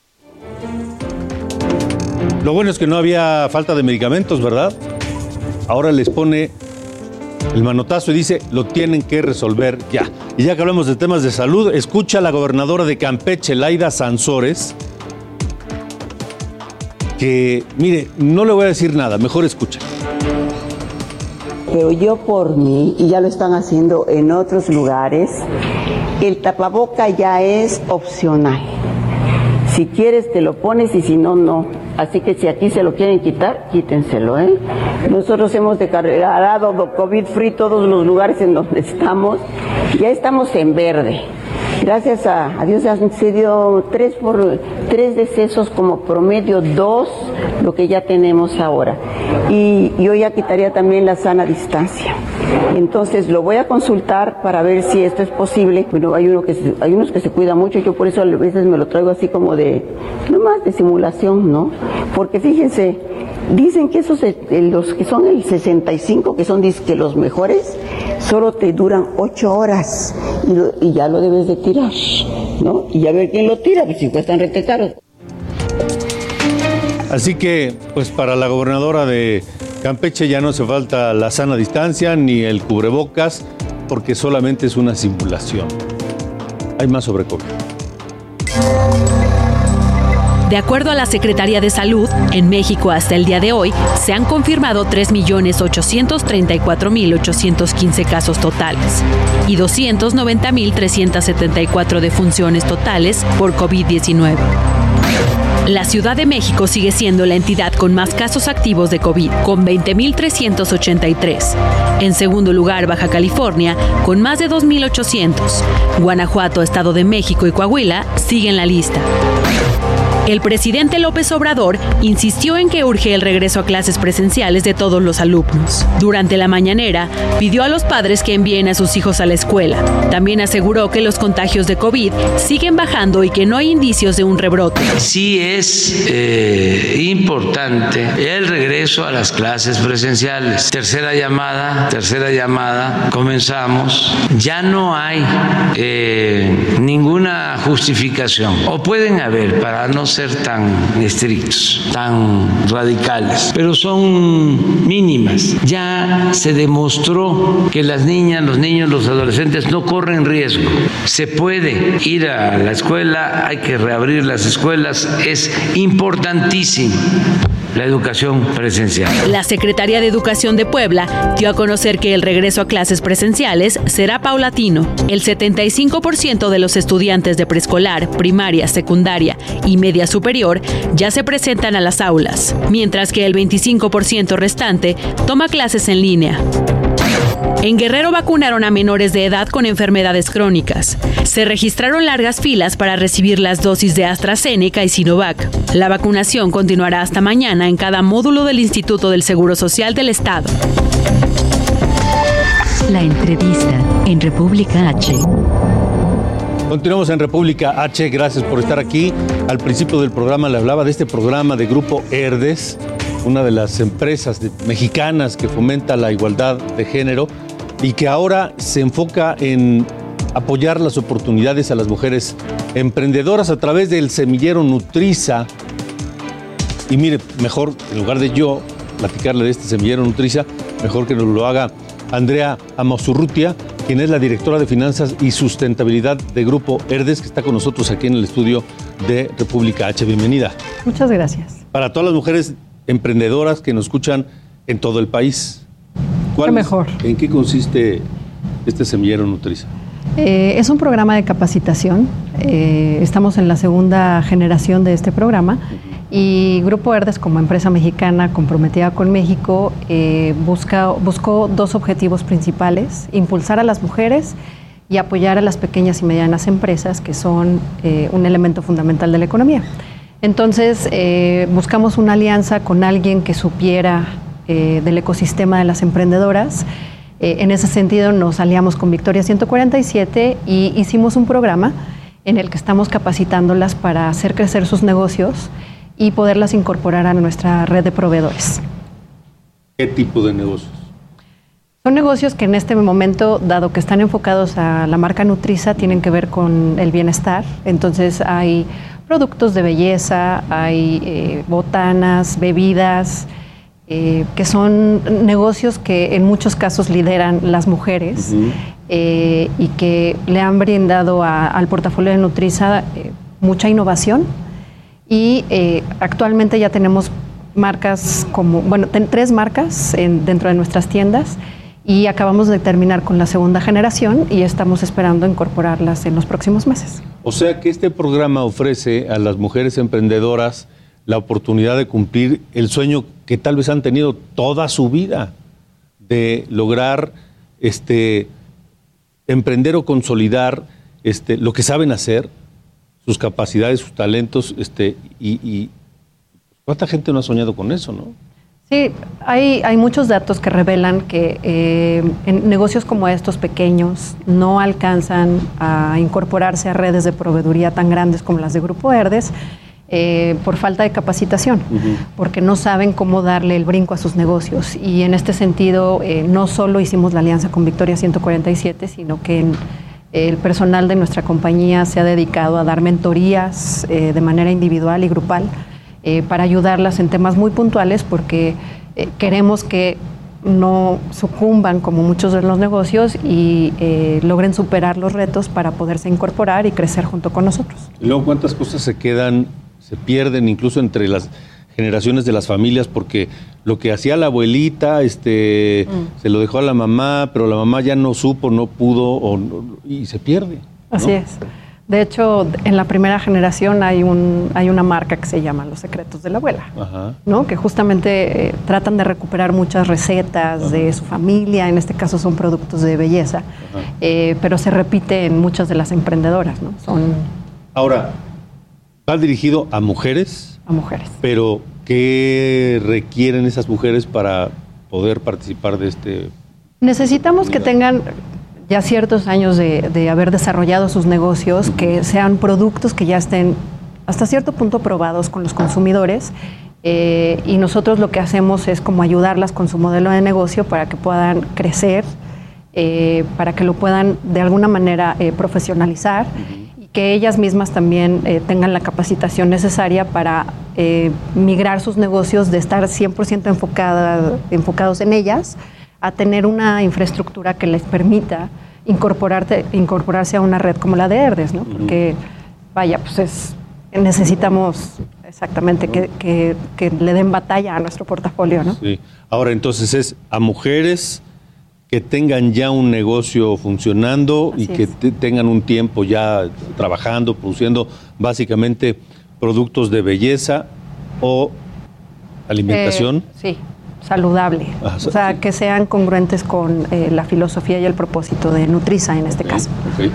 Lo bueno es que no había falta de medicamentos, ¿verdad? Ahora les pone el manotazo y dice, lo tienen que resolver ya. Y ya que hablamos de temas de salud, escucha a la gobernadora de Campeche, Laida Sansores, que, mire, no le voy a decir nada, mejor escucha. Pero yo por mí, y ya lo están haciendo en otros lugares, el tapaboca ya es opcional. Si quieres te lo pones y si no, no. Así que si aquí se lo quieren quitar, quítenselo, ¿eh? Nosotros hemos declarado COVID-free todos los lugares en donde estamos. Ya estamos en verde. Gracias a Dios han sido tres decesos como promedio, 2 lo que ya tenemos ahora. Y yo ya quitaría también la sana distancia. Entonces lo voy a consultar para ver si esto es posible. Bueno, hay unos que se cuidan mucho, yo por eso a veces me lo traigo así como nomás de simulación, ¿no? Porque fíjense, dicen que esos, los que son el 65, que son que los mejores, solo te duran 8 horas y ya lo debes de tirar, ¿no? Y a ver quién lo tira, pues si cuestan rete caros. Así que, pues para la gobernadora de Campeche ya no hace falta la sana distancia ni el cubrebocas, porque solamente es una simulación. Hay más sobre COVID. De acuerdo a la Secretaría de Salud, en México hasta el día de hoy se han confirmado 3.834.815 casos totales y 290.374 defunciones totales por COVID-19. La Ciudad de México sigue siendo la entidad con más casos activos de COVID, con 20.383. En segundo lugar, Baja California, con más de 2.800. Guanajuato, Estado de México y Coahuila siguen la lista. El presidente López Obrador insistió en que urge el regreso a clases presenciales de todos los alumnos. Durante la mañanera, pidió a los padres que envíen a sus hijos a la escuela. También aseguró que los contagios de COVID siguen bajando y que no hay indicios de un rebrote. Sí es importante el regreso a las clases presenciales. Tercera llamada, comenzamos. Ya no hay ninguna justificación, o pueden haber, para no ser tan estrictos, tan radicales, pero son mínimas. Ya se demostró que las niñas, los niños, los adolescentes no corren riesgo. Se puede ir a la escuela, hay que reabrir las escuelas, es importantísimo la educación presencial. La Secretaría de Educación de Puebla dio a conocer que el regreso a clases presenciales será paulatino. El 75% de los estudiantes de preescolar, primaria, secundaria y media superior ya se presentan a las aulas, mientras que el 25% restante toma clases en línea. En Guerrero vacunaron a menores de edad con enfermedades crónicas. Se registraron largas filas para recibir las dosis de AstraZeneca y Sinovac. La vacunación continuará hasta mañana en cada módulo del Instituto del Seguro Social del Estado. La entrevista en República H. Continuamos en República H, gracias por estar aquí. Al principio del programa le hablaba de este programa de Grupo Herdes, una de las empresas mexicanas que fomenta la igualdad de género y que ahora se enfoca en apoyar las oportunidades a las mujeres emprendedoras a través del semillero Nutriza. Y mire, mejor, en lugar de yo platicarle de este semillero Nutriza, mejor que nos lo haga Andrea Amazurrutia, quien es la directora de Finanzas y Sustentabilidad de Grupo Herdes, que está con nosotros aquí en el estudio de República H. Bienvenida. Muchas gracias. Para todas las mujeres emprendedoras que nos escuchan en todo el país, ¿Qué mejor? ¿En qué consiste este semillero Nutriza? Es un programa de capacitación. Estamos en la segunda generación de este programa y Grupo Herdes, como empresa mexicana comprometida con México, buscó dos objetivos principales: impulsar a las mujeres y apoyar a las pequeñas y medianas empresas, que son un elemento fundamental de la economía. Entonces, buscamos una alianza con alguien que supiera del ecosistema de las emprendedoras. En ese sentido, nos aliamos con Victoria 147 y hicimos un programa en el que estamos capacitándolas para hacer crecer sus negocios y poderlas incorporar a nuestra red de proveedores. ¿Qué tipo de negocios? Son negocios que en este momento, dado que están enfocados a la marca Nutriza, tienen que ver con el bienestar. Entonces hay productos de belleza, hay botanas, bebidas, que son negocios que en muchos casos lideran las mujeres y que le han brindado al portafolio de Nutriza mucha innovación. Y actualmente ya tenemos marcas tres marcas dentro de nuestras tiendas, y acabamos de terminar con la segunda generación y estamos esperando incorporarlas en los próximos meses. O sea que este programa ofrece a las mujeres emprendedoras la oportunidad de cumplir el sueño que tal vez han tenido toda su vida, de lograr emprender o consolidar lo que saben hacer, sus capacidades, sus talentos, y ¿cuánta gente no ha soñado con eso, no? Sí, hay muchos datos que revelan que en negocios como estos pequeños no alcanzan a incorporarse a redes de proveeduría tan grandes como las de Grupo Herdes, por falta de capacitación, porque no saben cómo darle el brinco a sus negocios. Y en este sentido, no solo hicimos la alianza con Victoria 147, sino que el personal de nuestra compañía se ha dedicado a dar mentorías de manera individual y grupal para ayudarlas en temas muy puntuales, porque queremos que no sucumban como muchos de los negocios y logren superar los retos para poderse incorporar y crecer junto con nosotros. Y luego, ¿cuántas cosas se pierden incluso entre las generaciones de las familias? Porque lo que hacía la abuelita, se lo dejó a la mamá, pero la mamá ya no supo, no pudo, y se pierde, ¿no? Así es. De hecho, en la primera generación hay una marca que se llama Los Secretos de la Abuela, ¿no? Que justamente tratan de recuperar muchas recetas de su familia, en este caso son productos de belleza, pero se repite en muchas de las emprendedoras, ¿no? Ahora, ¿va dirigido a mujeres? A mujeres. Pero, ¿qué requieren esas mujeres para poder participar de este? Necesitamos que tengan ya ciertos años de haber desarrollado sus negocios, que sean productos que ya estén hasta cierto punto probados con los consumidores, y nosotros lo que hacemos es como ayudarlas con su modelo de negocio para que puedan crecer, para que lo puedan de alguna manera profesionalizar, y que ellas mismas también tengan la capacitación necesaria para migrar sus negocios de estar 100% enfocados en ellas, a tener una infraestructura que les permita incorporarse a una red como la de Herdes, ¿no? Porque, vaya, pues necesitamos exactamente que le den batalla a nuestro portafolio, ¿no? Sí. Ahora, entonces, es a mujeres que tengan ya un negocio funcionando. Así y que tengan un tiempo ya trabajando, produciendo básicamente productos de belleza o alimentación. Sí. Saludable, o sea, que sean congruentes con la filosofía y el propósito de Nutriza en este caso.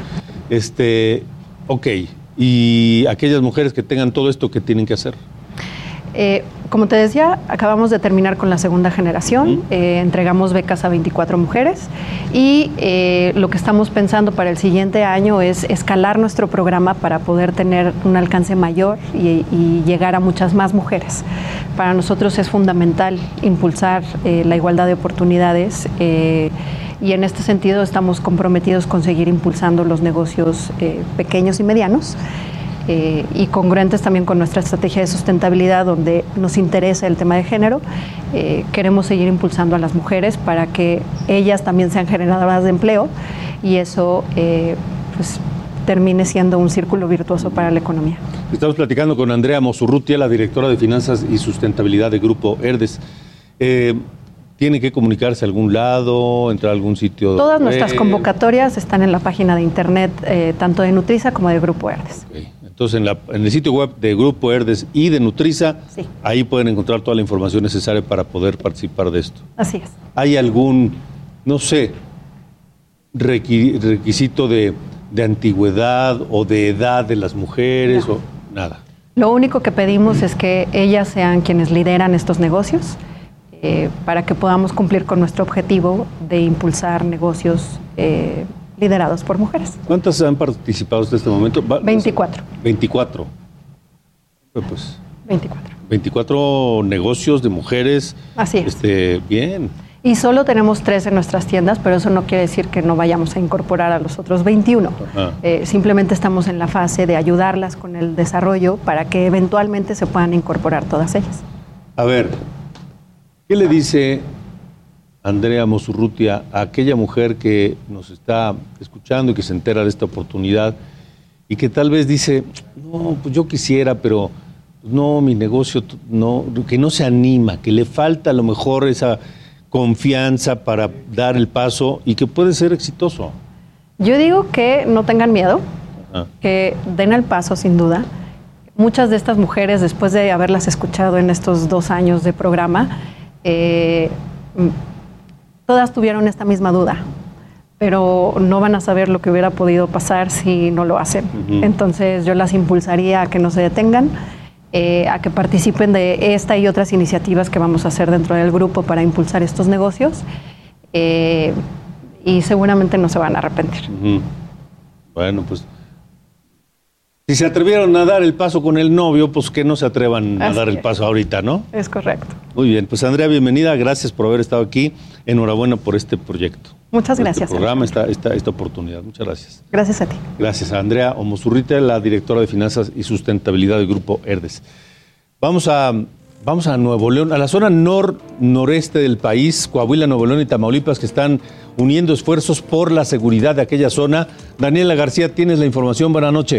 Ok, y aquellas mujeres que tengan todo esto, ¿qué tienen que hacer? Como te decía, acabamos de terminar con la segunda generación, entregamos becas a 24 mujeres y lo que estamos pensando para el siguiente año es escalar nuestro programa para poder tener un alcance mayor y llegar a muchas más mujeres. Para nosotros es fundamental impulsar la igualdad de oportunidades y en este sentido estamos comprometidos con seguir impulsando los negocios pequeños y medianos. Y congruentes también con nuestra estrategia de sustentabilidad, donde nos interesa el tema de género. Queremos seguir impulsando a las mujeres para que ellas también sean generadoras de empleo y eso pues termine siendo un círculo virtuoso para la economía. Estamos platicando con Andrea Mosurrutia, la directora de Finanzas y Sustentabilidad de Grupo Herdes. ¿Tiene que comunicarse a algún lado, entrar a algún sitio? Todas nuestras convocatorias están en la página de internet, tanto de Nutriza como de Grupo Herdes. Okay. Entonces, en el sitio web de Grupo Herdes y de Nutriza, sí, ahí pueden encontrar toda la información necesaria para poder participar de esto. Así es. ¿Hay algún, no sé, requisito de antigüedad o de edad de las mujeres? No. O nada? Lo único que pedimos es que ellas sean quienes lideran estos negocios para que podamos cumplir con nuestro objetivo de impulsar negocios liderados por mujeres. ¿Cuántas han participado hasta este momento? 24. 24. Pues 24. 24 negocios de mujeres. Así es. Bien. Y solo tenemos 3 en nuestras tiendas, pero eso no quiere decir que no vayamos a incorporar a los otros 21. Simplemente estamos en la fase de ayudarlas con el desarrollo para que eventualmente se puedan incorporar todas ellas. A ver, ¿qué le dice Andrea Mosurrutia a aquella mujer que nos está escuchando y que se entera de esta oportunidad y que tal vez dice, no, pues yo quisiera, pero no, mi negocio, no, que no se anima, que le falta a lo mejor esa confianza para dar el paso y que puede ser exitoso? Yo digo que no tengan miedo, que den el paso sin duda. Muchas de estas mujeres, después de haberlas escuchado en estos 2 años de programa, todas tuvieron esta misma duda, pero no van a saber lo que hubiera podido pasar si no lo hacen. Entonces yo las impulsaría a que no se detengan, a que participen de esta y otras iniciativas que vamos a hacer dentro del grupo para impulsar estos negocios y seguramente no se van a arrepentir. Bueno, pues si se atrevieron a dar el paso con el novio, pues que no se atrevan a dar el paso ahorita, ¿no? Es correcto. Muy bien, pues Andrea, bienvenida, gracias por haber estado aquí, enhorabuena por este proyecto. Muchas gracias. Este programa, esta oportunidad, muchas gracias. Gracias a ti. Gracias a Andrea Mosurrutia, la directora de Finanzas y Sustentabilidad del Grupo Herdes. Vamos a Nuevo León, a la zona noreste del país, Coahuila, Nuevo León y Tamaulipas, que están uniendo esfuerzos por la seguridad de aquella zona. Daniela García, tienes la información, buenas noches.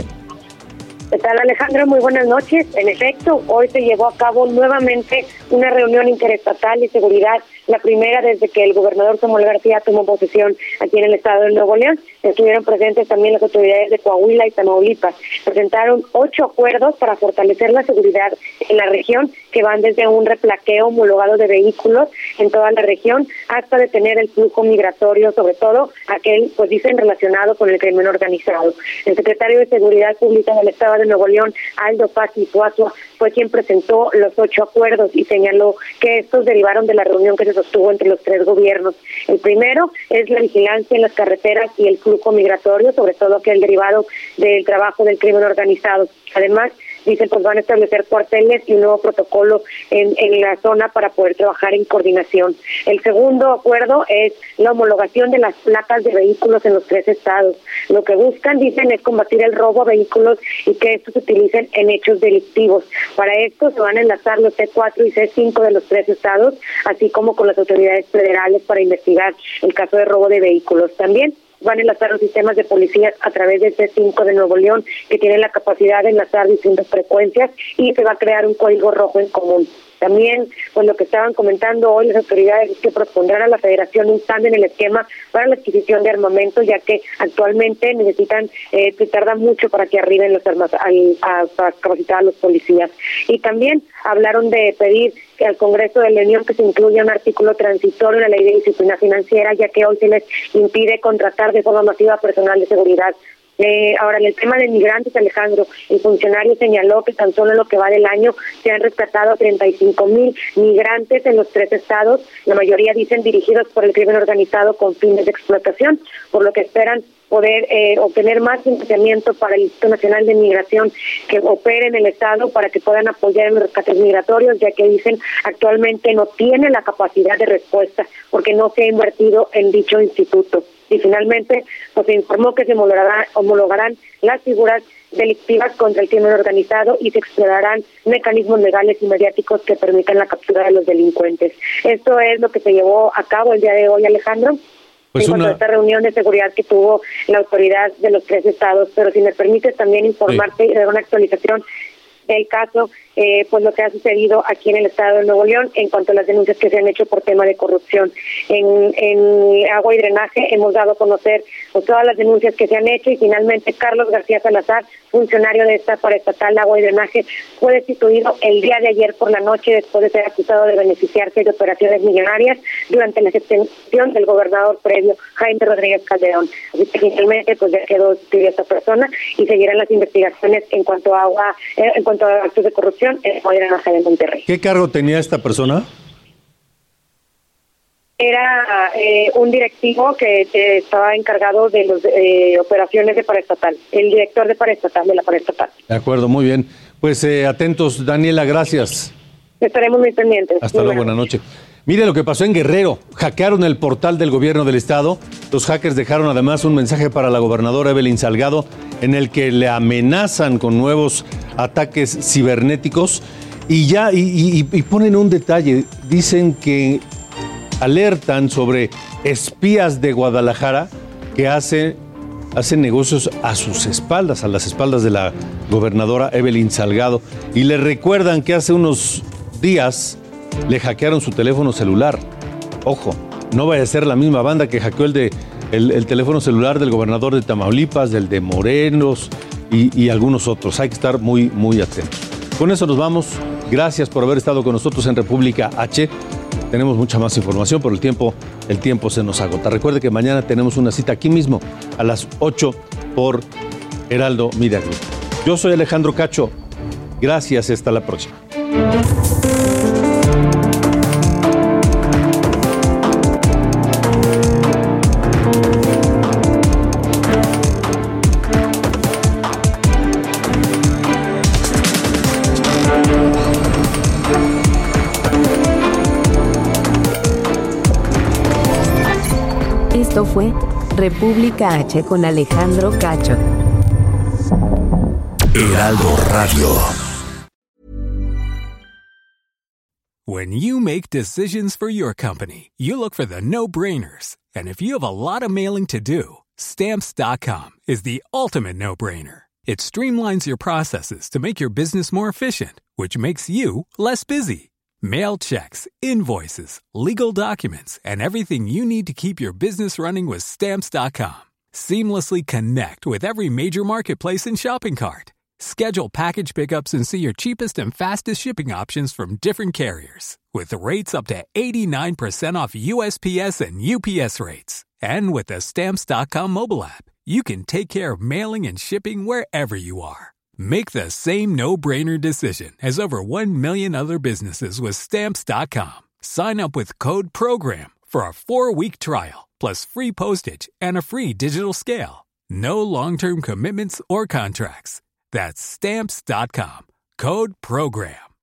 ¿Qué tal, Alejandro? Muy buenas noches. En efecto, hoy se llevó a cabo nuevamente una reunión interestatal de seguridad, la primera desde que el gobernador Samuel García tomó posesión aquí en el estado de Nuevo León. Estuvieron presentes también las autoridades de Coahuila y Tamaulipas. Presentaron 8 acuerdos para fortalecer la seguridad en la región, que van desde un replaqueo homologado de vehículos en toda la región hasta detener el flujo migratorio, sobre todo aquel, pues dicen, relacionado con el crimen organizado. El secretario de Seguridad Pública del estado de Nuevo León, Aldo Paz Izuazua, fue quien presentó los 8 acuerdos y señaló que estos derivaron de la reunión que se sostuvo entre los 3 gobiernos. El primero es la vigilancia en las carreteras y el flujo migratorio, sobre todo aquel derivado del trabajo del crimen organizado. Además, dicen, pues van a establecer cuarteles y un nuevo protocolo en la zona para poder trabajar en coordinación. El segundo acuerdo es la homologación de las placas de vehículos en los 3 estados. Lo que buscan, dicen, es combatir el robo a vehículos y que estos se utilicen en hechos delictivos. Para esto se van a enlazar los C4 y C5 de los 3 estados, así como con las autoridades federales para investigar el caso de robo de vehículos. También van a enlazar los sistemas de policías a través del C5 de Nuevo León, que tienen la capacidad de enlazar distintas frecuencias, y se va a crear un código rojo en común. También, pues lo que estaban comentando hoy las autoridades es que propondrán a la Federación un cambio en el esquema para la adquisición de armamento, ya que actualmente necesitan, tarda mucho para que arriben los armas para capacitar a los policías. Y también hablaron de pedir que al Congreso de la Unión que se incluya un artículo transitorio en la Ley de Disciplina Financiera, ya que hoy se les impide contratar de forma masiva personal de seguridad. Ahora, en el tema de migrantes, Alejandro, el funcionario señaló que tan solo en lo que va del año se han rescatado 35,000 migrantes en los 3 estados, la mayoría, dicen, dirigidos por el crimen organizado con fines de explotación, por lo que esperan poder obtener más financiamiento para el Instituto Nacional de Migración que opere en el estado para que puedan apoyar en los rescates migratorios, ya que, dicen, actualmente no tiene la capacidad de respuesta porque no se ha invertido en dicho instituto. Y finalmente, pues se informó que se homologarán las figuras delictivas contra el crimen organizado y se explorarán mecanismos legales y mediáticos que permitan la captura de los delincuentes. Esto es lo que se llevó a cabo el día de hoy, Alejandro, en cuanto a esta reunión de seguridad que tuvo la autoridad de los 3 estados. Pero si me permites también informarte y dar una actualización del caso pues lo que ha sucedido aquí en el estado de Nuevo León en cuanto a las denuncias que se han hecho por tema de corrupción. En agua y drenaje hemos dado a conocer todas las denuncias que se han hecho y finalmente Carlos García Salazar, funcionario de esta paraestatal Agua y Drenaje, fue destituido el día de ayer por la noche después de ser acusado de beneficiarse de operaciones millonarias durante la gestión del gobernador previo, Jaime Rodríguez Calderón. Así que finalmente pues ya quedó destituida esta persona y seguirán las investigaciones en cuanto a actos de corrupción en Agua y Drenaje de Monterrey. ¿Qué cargo tenía esta persona? Era un directivo que estaba encargado de las operaciones de paraestatal, el director de la paraestatal. De acuerdo, muy bien. Pues atentos, Daniela, gracias. Estaremos muy pendientes. Hasta luego, buenas noches. Mire lo que pasó en Guerrero. Hackearon el portal del gobierno del estado. Los hackers dejaron además un mensaje para la gobernadora Evelyn Salgado en el que le amenazan con nuevos ataques cibernéticos y ponen un detalle. Dicen que alertan sobre espías de Guadalajara que hacen negocios a sus espaldas, a las espaldas de la gobernadora Evelyn Salgado. Y le recuerdan que hace unos días le hackearon su teléfono celular. Ojo, no vaya a ser la misma banda que hackeó el teléfono celular del gobernador de Tamaulipas, del de Morelos y algunos otros. Hay que estar muy, muy atentos. Con eso nos vamos. Gracias por haber estado con nosotros en República H. Tenemos mucha más información, pero el tiempo se nos agota. Recuerde que mañana tenemos una cita aquí mismo a las 8 por Heraldo Media Group. Yo soy Alejandro Cacho. Gracias, hasta la próxima. Esto fue República H con Alejandro Cacho. Heraldo Radio. When you make decisions for your company, you look for the no-brainers. And if you have a lot of mailing to do, Stamps.com is the ultimate no-brainer. It streamlines your processes to make your business more efficient, which makes you less busy. Mail checks, invoices, legal documents, and everything you need to keep your business running with Stamps.com. Seamlessly connect with every major marketplace and shopping cart. Schedule package pickups and see your cheapest and fastest shipping options from different carriers. With rates up to 89% off USPS and UPS rates. And with the Stamps.com mobile app, you can take care of mailing and shipping wherever you are. Make the same no-brainer decision as over 1 million other businesses with Stamps.com. Sign up with code PROGRAM for a 4-week trial, plus free postage and a free digital scale. No long-term commitments or contracts. That's Stamps.com. Code PROGRAM.